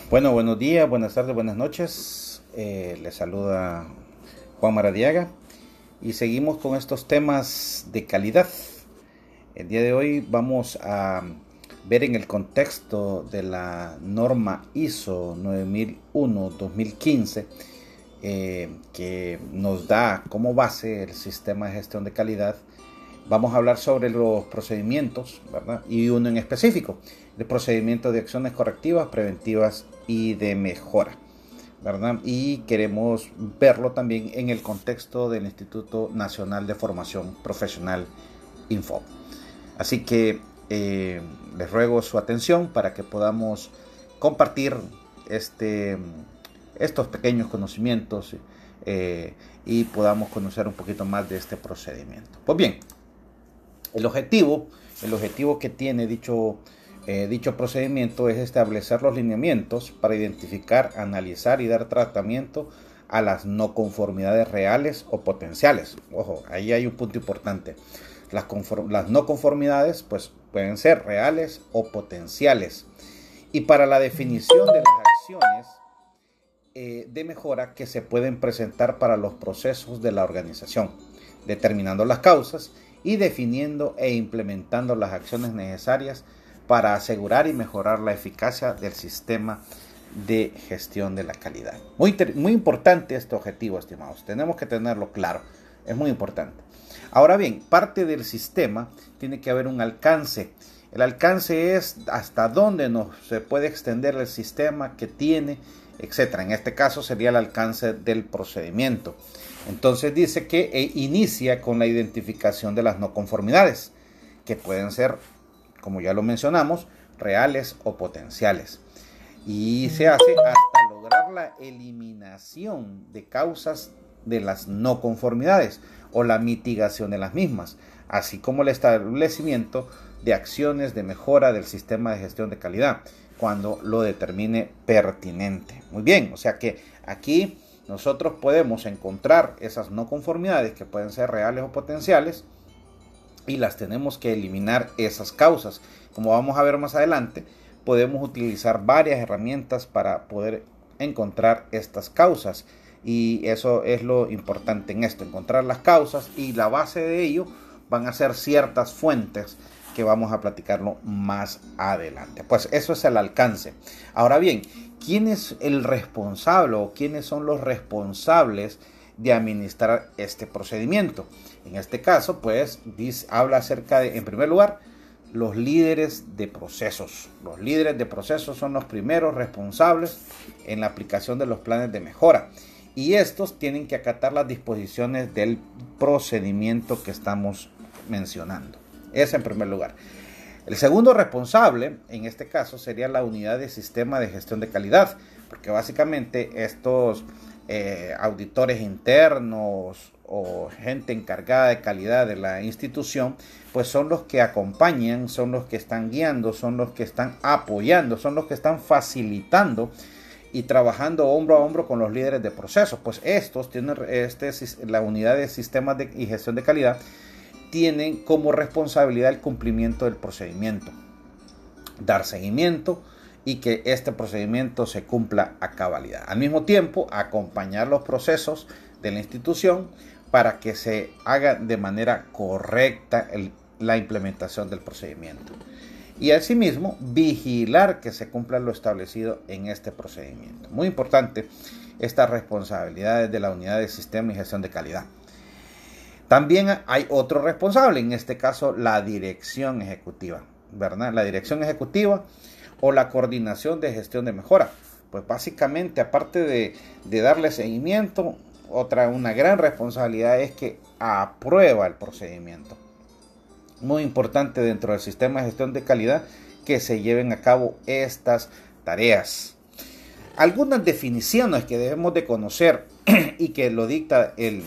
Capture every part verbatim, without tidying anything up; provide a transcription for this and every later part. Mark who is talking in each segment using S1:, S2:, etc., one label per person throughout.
S1: Bueno, buenos días, buenas tardes, buenas noches. Eh, les saluda Juan Maradiaga y seguimos con estos temas de calidad. El día de hoy vamos a ver en el contexto de la norma I S O nueve mil uno dos mil quince eh, que nos da como base el sistema de gestión de calidad. Vamos a hablar sobre los procedimientos, ¿verdad? Y uno en específico, el procedimiento de acciones correctivas, preventivas y de mejora, ¿verdad? Y queremos verlo también en el contexto del Instituto Nacional de Formación Profesional, Info. Así que eh, les ruego su atención para que podamos compartir este, estos pequeños conocimientos eh, y podamos conocer un poquito más de este procedimiento. Pues bien, El objetivo, el objetivo que tiene dicho, eh, dicho procedimiento es establecer los lineamientos para identificar, analizar y dar tratamiento a las no conformidades reales o potenciales. Ojo, ahí hay un punto importante. Las, conform las no conformidades pues, pueden ser reales o potenciales. Y para la definición de las acciones eh, de mejora que se pueden presentar para los procesos de la organización, determinando las causas y definiendo e implementando las acciones necesarias para asegurar y mejorar la eficacia del sistema de gestión de la calidad. Muy, muy importante este objetivo, estimados. Tenemos que tenerlo claro. Es muy importante. Ahora bien, parte del sistema tiene que haber un alcance. El alcance es hasta dónde nos se puede extender el sistema que tiene, etcétera. En este caso sería el alcance del procedimiento. Entonces dice que eh, inicia con la identificación de las no conformidades, que pueden ser, como ya lo mencionamos, reales o potenciales. Y se hace hasta lograr la eliminación de causas de las no conformidades o la mitigación de las mismas, así como el establecimiento de acciones de mejora del sistema de gestión de calidad, cuando lo determine pertinente. Muy bien, o sea que aquí nosotros podemos encontrar esas no conformidades que pueden ser reales o potenciales y las tenemos que eliminar esas causas. Como vamos a ver más adelante, podemos utilizar varias herramientas para poder encontrar estas causas. Y eso es lo importante en esto, encontrar las causas, y la base de ello van a ser ciertas fuentes que vamos a platicarlo más adelante. Pues eso es el alcance. Ahora bien, ¿quién es el responsable o quiénes son los responsables de administrar este procedimiento? En este caso, pues, dice, habla acerca de, en primer lugar, los líderes de procesos. Los líderes de procesos son los primeros responsables en la aplicación de los planes de mejora. Y estos tienen que acatar las disposiciones del procedimiento que estamos mencionando. Es en primer lugar. El segundo responsable, en este caso, sería la unidad de sistema de gestión de calidad, porque básicamente estos eh, auditores internos o gente encargada de calidad de la institución, pues son los que acompañan, son los que están guiando, son los que están apoyando, son los que están facilitando y trabajando hombro a hombro con los líderes de procesos. Pues estos tienen, este, la unidad de sistemas de, y gestión de calidad, tienen como responsabilidad el cumplimiento del procedimiento, dar seguimiento y que este procedimiento se cumpla a cabalidad. Al mismo tiempo, acompañar los procesos de la institución para que se haga de manera correcta el, la implementación del procedimiento. Y asimismo, vigilar que se cumpla lo establecido en este procedimiento. Muy importante estas responsabilidades de la unidad de sistema y gestión de calidad. También hay otro responsable, en este caso la dirección ejecutiva, ¿verdad? La dirección ejecutiva o la coordinación de gestión de mejora. Pues básicamente, aparte de, de darle seguimiento, otra, una gran responsabilidad es que aprueba el procedimiento. Muy importante dentro del sistema de gestión de calidad que se lleven a cabo estas tareas. Algunas definiciones que debemos de conocer y que lo dicta el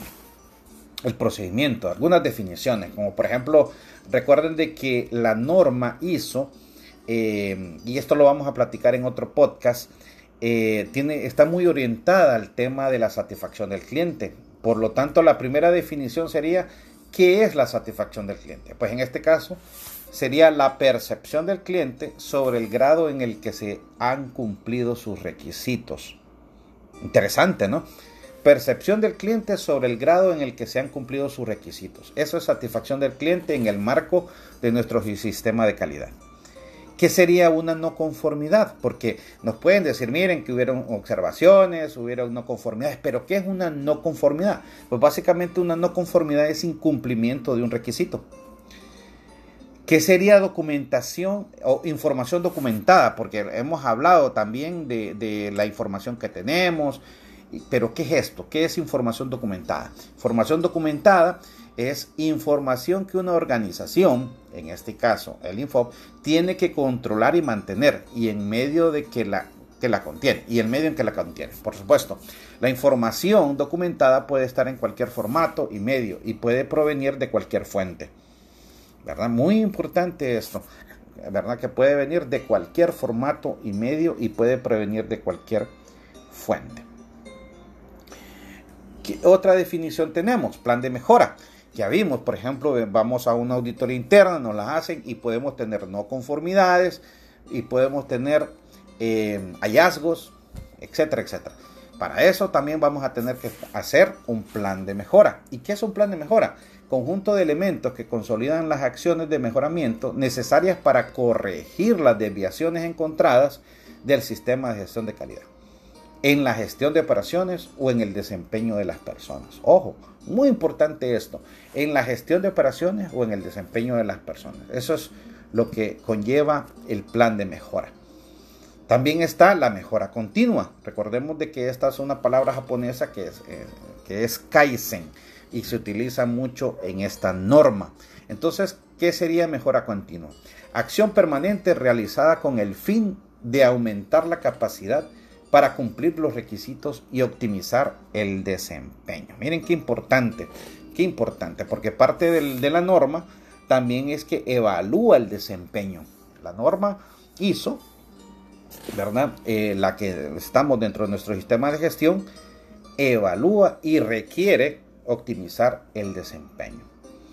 S1: el procedimiento, algunas definiciones, como por ejemplo, recuerden de que la norma I S O, eh, y esto lo vamos a platicar en otro podcast, eh, tiene, está muy orientada al tema de la satisfacción del cliente. Por lo tanto, la primera definición sería, ¿qué es la satisfacción del cliente? Pues en este caso, sería la percepción del cliente sobre el grado en el que se han cumplido sus requisitos. Interesante, ¿no? Percepción del cliente sobre el grado en el que se han cumplido sus requisitos. Eso es satisfacción del cliente en el marco de nuestro sistema de calidad. ¿Qué sería una no conformidad? Porque nos pueden decir, miren, que hubieron observaciones, hubieron no conformidades, pero ¿qué es una no conformidad? Pues básicamente una no conformidad es incumplimiento de un requisito. ¿Qué sería documentación o información documentada? Porque hemos hablado también de, de la información que tenemos, pero ¿qué es esto? ¿Qué es información documentada? Información documentada es información que una organización, en este caso el Infop, tiene que controlar y mantener, y en medio de que la, que la contiene, y el medio en que la contiene. Por supuesto, la información documentada puede estar en cualquier formato y medio, y puede provenir de cualquier fuente. ¿Verdad? Muy importante esto, ¿verdad? Que puede venir de cualquier formato y medio y puede provenir de cualquier fuente. ¿Qué otra definición tenemos? Plan de mejora. Ya vimos, por ejemplo, vamos a una auditoría interna, nos la hacen y podemos tener no conformidades y podemos tener eh, hallazgos, etcétera, etcétera. Para eso también vamos a tener que hacer un plan de mejora. ¿Y qué es un plan de mejora? Conjunto de elementos que consolidan las acciones de mejoramiento necesarias para corregir las desviaciones encontradas del sistema de gestión de calidad, en la gestión de operaciones o en el desempeño de las personas. Ojo, muy importante esto, en la gestión de operaciones o en el desempeño de las personas. Eso es lo que conlleva el plan de mejora. También está la mejora continua. Recordemos de que esta es una palabra japonesa que es, eh, que es Kaizen y se utiliza mucho en esta norma. Entonces, ¿qué sería mejora continua? Acción permanente realizada con el fin de aumentar la capacidad para cumplir los requisitos y optimizar el desempeño. Miren qué importante, qué importante, porque parte del, de la norma también es que evalúa el desempeño. La norma I S O, ¿verdad? Eh, la que estamos dentro de nuestro sistema de gestión, evalúa y requiere optimizar el desempeño.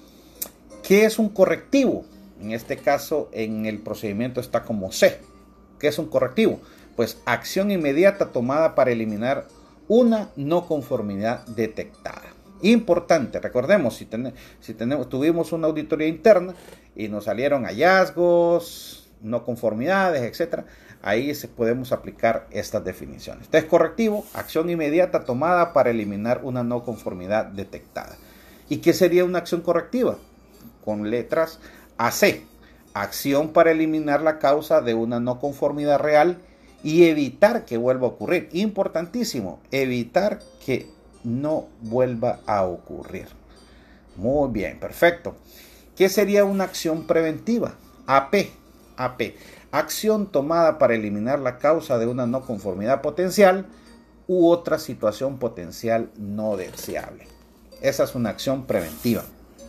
S1: ¿Qué es un correctivo? En este caso, en el procedimiento está como C. ¿Qué es un correctivo? Pues acción inmediata tomada para eliminar una no conformidad detectada. Importante, recordemos, si, ten, si tenemos, tuvimos una auditoría interna y nos salieron hallazgos, no conformidades, etcétera, ahí se podemos aplicar estas definiciones. Entonces, correctivo, acción inmediata tomada para eliminar una no conformidad detectada. ¿Y qué sería una acción correctiva? Con letras A C, acción para eliminar la causa de una no conformidad real y evitar que vuelva a ocurrir. Importantísimo, evitar que no vuelva a ocurrir. Muy bien, perfecto. ¿Qué sería una acción preventiva? A P, A P, acción tomada para eliminar la causa de una no conformidad potencial u otra situación potencial no deseable. Esa es una acción preventiva.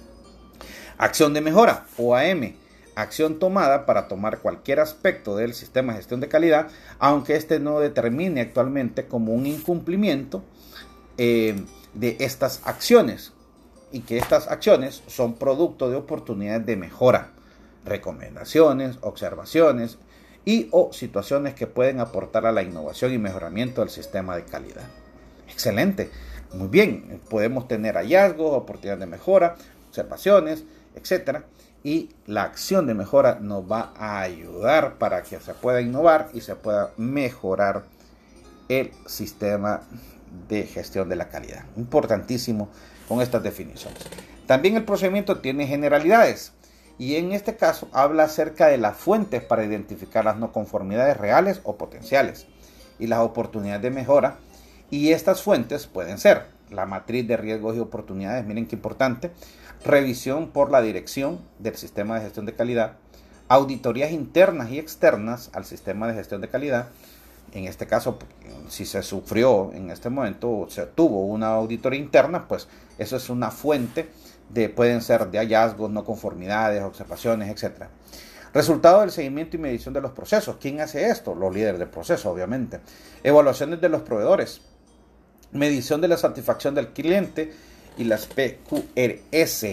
S1: Acción de mejora o A M, acción tomada para tomar cualquier aspecto del sistema de gestión de calidad, aunque éste no determine actualmente como un incumplimiento eh, de estas acciones, y que estas acciones son producto de oportunidades de mejora, recomendaciones, observaciones y o situaciones que pueden aportar a la innovación y mejoramiento del sistema de calidad. Excelente, muy bien, podemos tener hallazgos, oportunidades de mejora, observaciones, etcétera. Y la acción de mejora nos va a ayudar para que se pueda innovar y se pueda mejorar el sistema de gestión de la calidad. Importantísimo con estas definiciones. También el procedimiento tiene generalidades y en este caso habla acerca de las fuentes para identificar las no conformidades reales o potenciales y las oportunidades de mejora. Y estas fuentes pueden ser la matriz de riesgos y oportunidades, miren qué importante, revisión por la dirección del sistema de gestión de calidad, auditorías internas y externas al sistema de gestión de calidad. En este caso, si se sufrió en este momento o se tuvo una auditoría interna, pues eso es una fuente de, pueden ser de hallazgos, no conformidades, observaciones, etcétera. Resultado del seguimiento y medición de los procesos. ¿Quién hace esto? Los líderes del proceso, obviamente. Evaluaciones de los proveedores. Medición de la satisfacción del cliente y las P Q R S.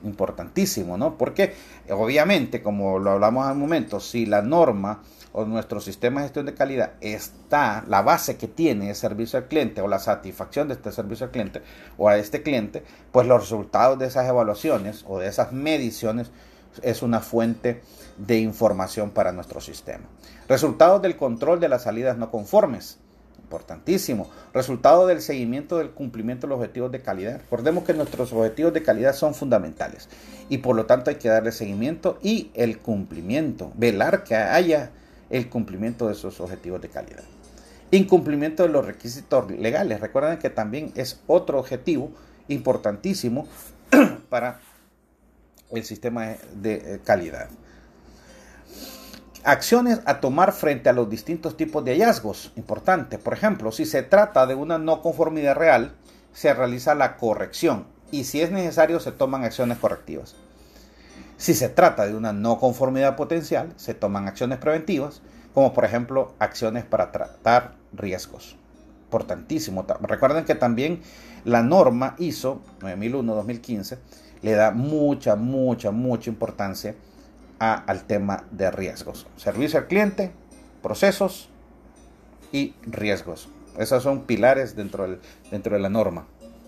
S1: Importantísimo, ¿no? Porque obviamente, como lo hablamos al momento, si la norma o nuestro sistema de gestión de calidad está, la base que tiene el servicio al cliente o la satisfacción de este servicio al cliente o a este cliente, pues los resultados de esas evaluaciones o de esas mediciones es una fuente de información para nuestro sistema. Resultados del control de las salidas no conformes. Importantísimo. Resultado del seguimiento del cumplimiento de los objetivos de calidad. Recordemos que nuestros objetivos de calidad son fundamentales y por lo tanto hay que darle seguimiento y el cumplimiento, velar que haya el cumplimiento de esos objetivos de calidad. Incumplimiento de los requisitos legales. Recuerden que también es otro objetivo importantísimo para el sistema de calidad. Acciones a tomar frente a los distintos tipos de hallazgos. Importante. Por ejemplo, si se trata de una no conformidad real, se realiza la corrección y si es necesario se toman acciones correctivas. Si se trata de una no conformidad potencial, se toman acciones preventivas, como por ejemplo acciones para tratar riesgos. Importantísimo. Recuerden que también la norma I S O nueve mil uno dos mil quince le da mucha, mucha, mucha importancia a, al tema de riesgos. Servicio al cliente, procesos y riesgos. Esos son pilares dentro, del, dentro de la norma.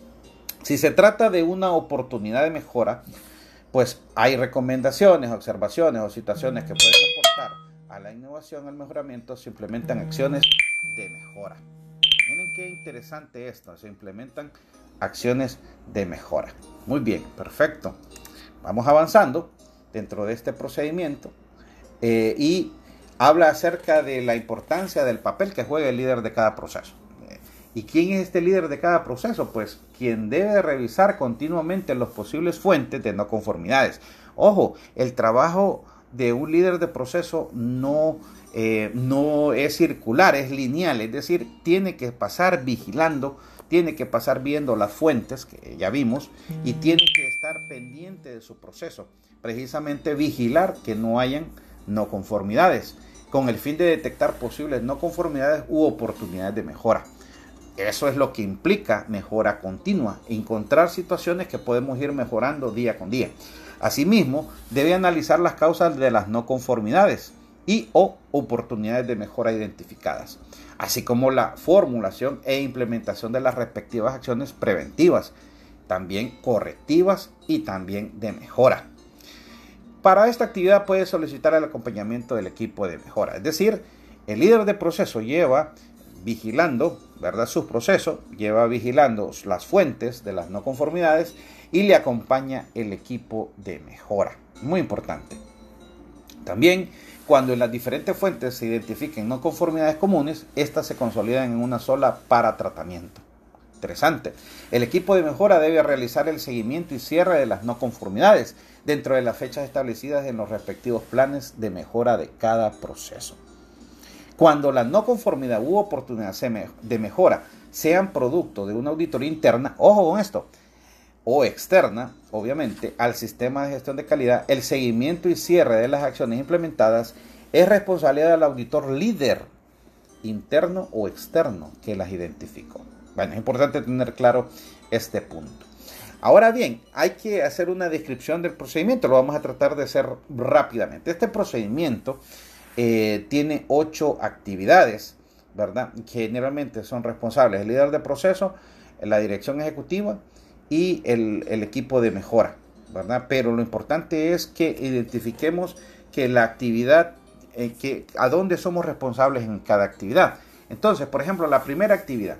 S1: Si se trata de una oportunidad de mejora, pues hay recomendaciones, observaciones o situaciones que pueden aportar a la innovación, al mejoramiento, se implementan acciones de mejora. Miren qué interesante esto, se implementan acciones de mejora. Muy bien, perfecto. Vamos avanzando dentro de este procedimiento eh, y habla acerca de la importancia del papel que juega el líder de cada proceso. ¿Y quién es este líder de cada proceso? Pues quien debe revisar continuamente las posibles fuentes de no conformidades. Ojo, el trabajo de un líder de proceso no, eh, no es circular, es lineal, es decir, tiene que pasar vigilando, tiene que pasar viendo las fuentes, que ya vimos, y tiene que estar pendiente de su proceso, precisamente vigilar que no hayan no conformidades, con el fin de detectar posibles no conformidades u oportunidades de mejora. Eso es lo que implica mejora continua, encontrar situaciones que podemos ir mejorando día con día. Asimismo, debe analizar las causas de las no conformidades y o oportunidades de mejora identificadas, así como la formulación e implementación de las respectivas acciones preventivas, también correctivas y también de mejora. Para esta actividad puede solicitar el acompañamiento del equipo de mejora, es decir, el líder de proceso lleva vigilando, ¿verdad?, sus procesos, lleva vigilando las fuentes de las no conformidades y le acompaña el equipo de mejora. Muy importante. También, cuando en las diferentes fuentes se identifiquen no conformidades comunes, estas se consolidan en una sola para tratamiento. Interesante. El equipo de mejora debe realizar el seguimiento y cierre de las no conformidades dentro de las fechas establecidas en los respectivos planes de mejora de cada proceso. Cuando la no conformidad u oportunidad de mejora sean producto de una auditoría interna, ojo con esto, o externa, obviamente, al sistema de gestión de calidad, el seguimiento y cierre de las acciones implementadas es responsabilidad del auditor líder, interno o externo, que las identificó. Bueno, es importante tener claro este punto. Ahora bien, hay que hacer una descripción del procedimiento, lo vamos a tratar de hacer rápidamente. Este procedimiento Eh, tiene ocho actividades, ¿verdad? Que generalmente son responsables el líder de proceso, la dirección ejecutiva y el, el equipo de mejora, ¿verdad? Pero lo importante es que identifiquemos que la actividad, eh, que, a dónde somos responsables en cada actividad. Entonces, por ejemplo, la primera actividad,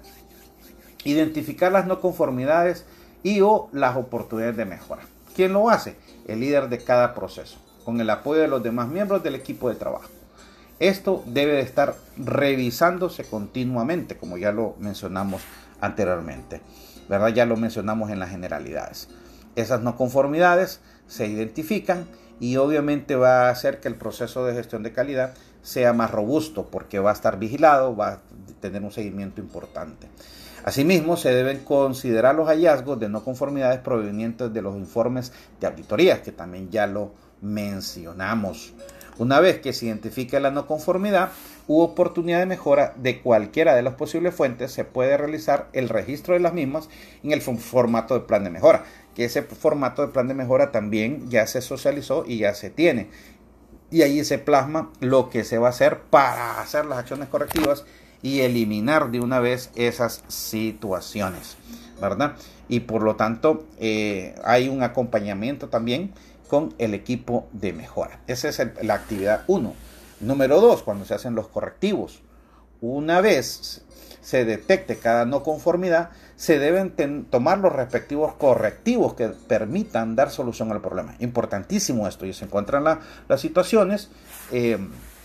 S1: identificar las no conformidades y o las oportunidades de mejora. ¿Quién lo hace? El líder de cada proceso, con el apoyo de los demás miembros del equipo de trabajo. Esto debe de estar revisándose continuamente, como ya lo mencionamos anteriormente, ¿verdad? Ya lo mencionamos en las generalidades. Esas no conformidades se identifican y obviamente va a hacer que el proceso de gestión de calidad sea más robusto porque va a estar vigilado, va a tener un seguimiento importante. Asimismo, se deben considerar los hallazgos de no conformidades provenientes de los informes de auditorías, que también ya lo mencionamos. Una vez que se identifique la no conformidad u oportunidad de mejora de cualquiera de las posibles fuentes, se puede realizar el registro de las mismas en el formato de plan de mejora, que ese formato de plan de mejora también ya se socializó y ya se tiene. Y ahí se plasma lo que se va a hacer para hacer las acciones correctivas y eliminar de una vez esas situaciones, ¿verdad? Y por lo tanto eh, hay un acompañamiento también con el equipo de mejora. Esa es el, la actividad uno. Número dos, cuando se hacen los correctivos. Una vez se detecte cada no conformidad, se deben ten, tomar los respectivos correctivos que permitan dar solución al problema. Importantísimo esto. Y se encuentran la, las situaciones eh,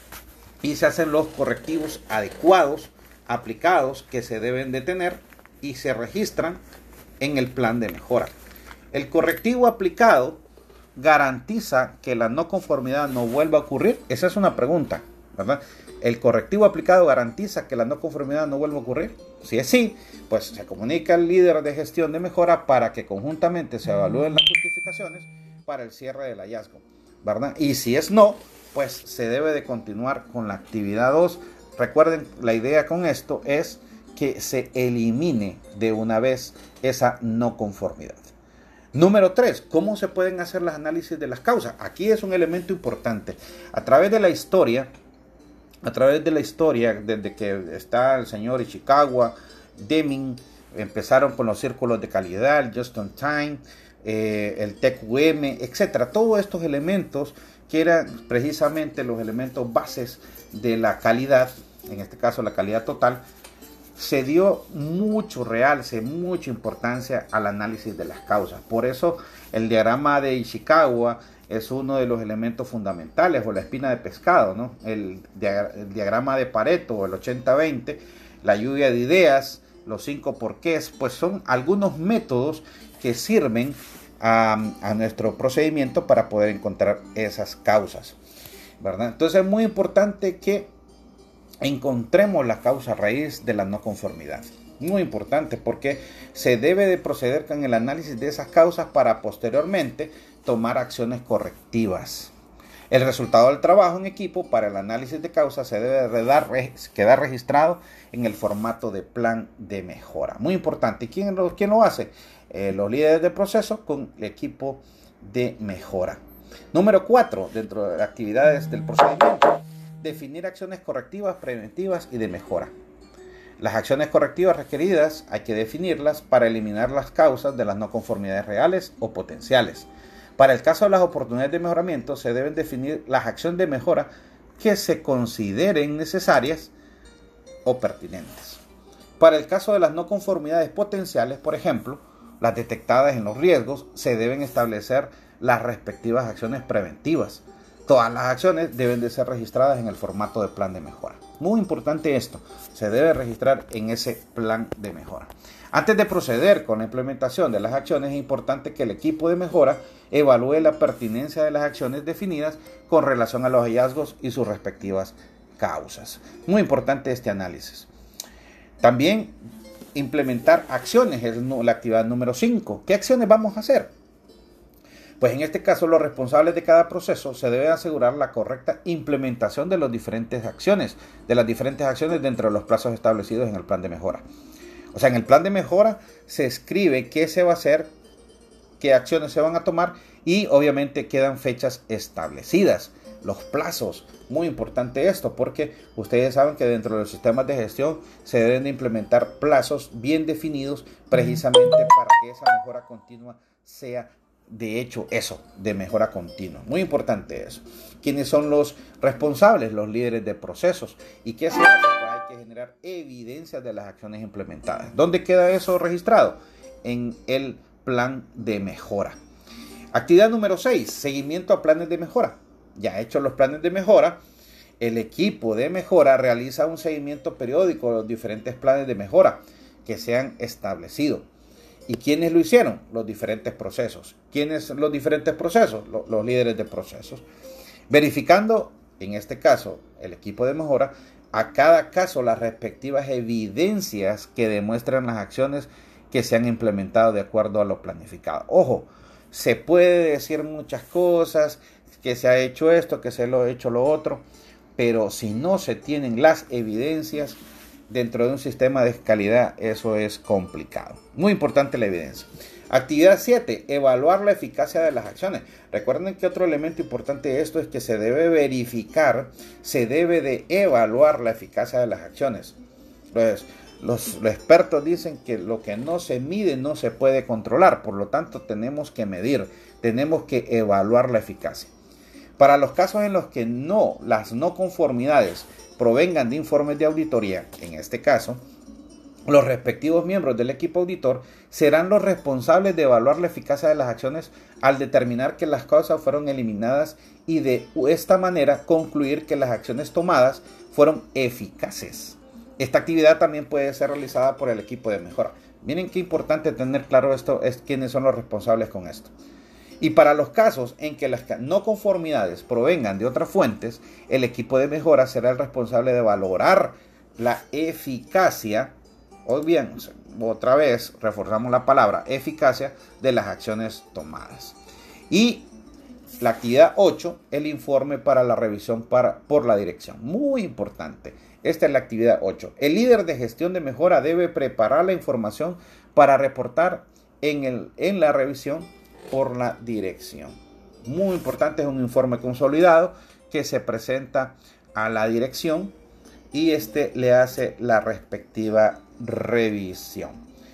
S1: y se hacen los correctivos adecuados, aplicados, que se deben de tener y se registran en el plan de mejora. El correctivo aplicado garantiza que la no conformidad no vuelva a ocurrir. Esa es una pregunta, ¿verdad? ¿El correctivo aplicado garantiza que la no conformidad no vuelva a ocurrir? Si es sí, pues se comunica al líder de gestión de mejora para que conjuntamente se evalúen las justificaciones para el cierre del hallazgo, ¿verdad? Y si es no, pues se debe de continuar con la actividad dos. Recuerden, la idea con esto es que se elimine de una vez esa no conformidad. Número tres, ¿cómo se pueden hacer los análisis de las causas? Aquí es un elemento importante. A través de la historia, a través de la historia, desde que está el señor Ishikawa, Deming, empezaron con los círculos de calidad, el Just in Time, eh, el T Q M, etcétera. Todos estos elementos que eran precisamente los elementos bases de la calidad, en este caso la calidad total, se dio mucho realce, mucha importancia al análisis de las causas. Por eso el diagrama de Ishikawa es uno de los elementos fundamentales, o la espina de pescado, ¿no? El, el diagrama de Pareto, el ochenta veinte, la lluvia de ideas, los cinco porqués, pues son algunos métodos que sirven a, a nuestro procedimiento para poder encontrar esas causas, ¿verdad? Entonces es muy importante que encontremos la causa raíz de la no conformidad. Muy importante, porque se debe de proceder con el análisis de esas causas para posteriormente tomar acciones correctivas. El resultado del trabajo en equipo para el análisis de causas se debe de dar, quedar registrado en el formato de plan de mejora. Muy importante. ¿Quién lo, quién lo hace? Eh, los líderes de proceso con el equipo de mejora. Número cuatro, dentro de las actividades del procedimiento, definir acciones correctivas, preventivas y de mejora. Las acciones correctivas requeridas hay que definirlas para eliminar las causas de las no conformidades reales o potenciales. Para el caso de las oportunidades de mejoramiento, se deben definir las acciones de mejora que se consideren necesarias o pertinentes. Para el caso de las no conformidades potenciales, por ejemplo, las detectadas en los riesgos, se deben establecer las respectivas acciones preventivas. Todas las acciones deben de ser registradas en el formato de plan de mejora. Muy importante esto, se debe registrar en ese plan de mejora. Antes de proceder con la implementación de las acciones, es importante que el equipo de mejora evalúe la pertinencia de las acciones definidas con relación a los hallazgos y sus respectivas causas. Muy importante este análisis. También implementar acciones es la actividad número cinco. ¿Qué acciones vamos a hacer? Pues en este caso los responsables de cada proceso se deben asegurar la correcta implementación de las diferentes acciones, de las diferentes acciones dentro de los plazos establecidos en el plan de mejora. O sea, en el plan de mejora se escribe qué se va a hacer, qué acciones se van a tomar y obviamente quedan fechas establecidas, los plazos. Muy importante esto, porque ustedes saben que dentro de los sistemas de gestión se deben de implementar plazos bien definidos precisamente para que esa mejora continua sea de hecho eso, de mejora continua. Muy importante eso. ¿Quiénes son los responsables? Los líderes de procesos. ¿Y qué se hace? Pues hay que generar evidencia de las acciones implementadas. ¿Dónde queda eso registrado? En el plan de mejora. Actividad número seis, seguimiento a planes de mejora. Ya hechos los planes de mejora, el equipo de mejora realiza un seguimiento periódico de los diferentes planes de mejora que se han establecido. ¿Y quiénes lo hicieron? Los diferentes procesos. ¿Quiénes los diferentes procesos? Los, los líderes de procesos. Verificando, en este caso, el equipo de mejora, a cada caso las respectivas evidencias que demuestran las acciones que se han implementado de acuerdo a lo planificado. Ojo, se puede decir muchas cosas, que se ha hecho esto, que se lo ha hecho lo otro, pero si no se tienen las evidencias dentro de un sistema de calidad, eso es complicado. Muy importante la evidencia. Actividad siete, evaluar la eficacia de las acciones. Recuerden que otro elemento importante de esto es que se debe verificar, se debe de evaluar la eficacia de las acciones. Entonces, los, los expertos dicen que lo que no se mide no se puede controlar, por lo tanto tenemos que medir, tenemos que evaluar la eficacia. Para los casos en los que no, las no conformidades provengan de informes de auditoría, en este caso, los respectivos miembros del equipo auditor serán los responsables de evaluar la eficacia de las acciones al determinar que las causas fueron eliminadas y de esta manera concluir que las acciones tomadas fueron eficaces. Esta actividad también puede ser realizada por el equipo de mejora. Miren qué importante tener claro esto, es quiénes son los responsables con esto. Y para los casos en que las no conformidades provengan de otras fuentes, el equipo de mejora será el responsable de valorar la eficacia, o bien, otra vez reforzamos la palabra eficacia de las acciones tomadas. Y la actividad ocho, el informe para la revisión para, por la dirección. Muy importante. Esta es la actividad ocho. El líder de gestión de mejora debe preparar la información para reportar en, el, en la revisión por la dirección. Muy importante, es un informe consolidado que se presenta a la dirección y este le hace la respectiva revisión.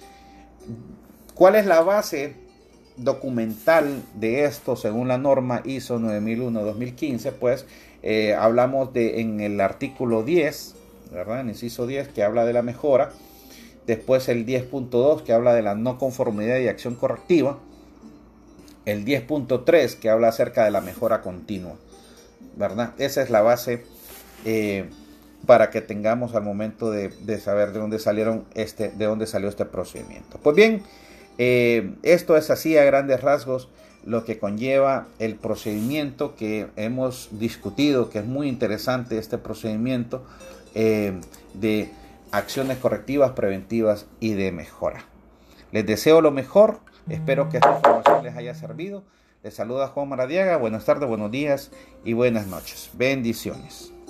S1: ¿Cuál es la base documental de esto según la norma I S O nueve mil uno dos mil quince? Pues eh, hablamos de en el artículo diez, ¿verdad? En el inciso diez, que habla de la mejora. Después el diez punto dos, que habla de la no conformidad y acción correctiva. El diez punto tres, que habla acerca de la mejora continua, ¿verdad? Esa es la base eh, para que tengamos al momento de, de saber de dónde salieron este, de dónde salió este procedimiento. Pues bien, eh, esto es así a grandes rasgos lo que conlleva el procedimiento que hemos discutido, que es muy interesante este procedimiento eh, de acciones correctivas, preventivas y de mejora. Les deseo lo mejor. Espero que esta información les haya servido. Les saluda Juan Maradiaga. Buenas tardes, buenos días y buenas noches. Bendiciones.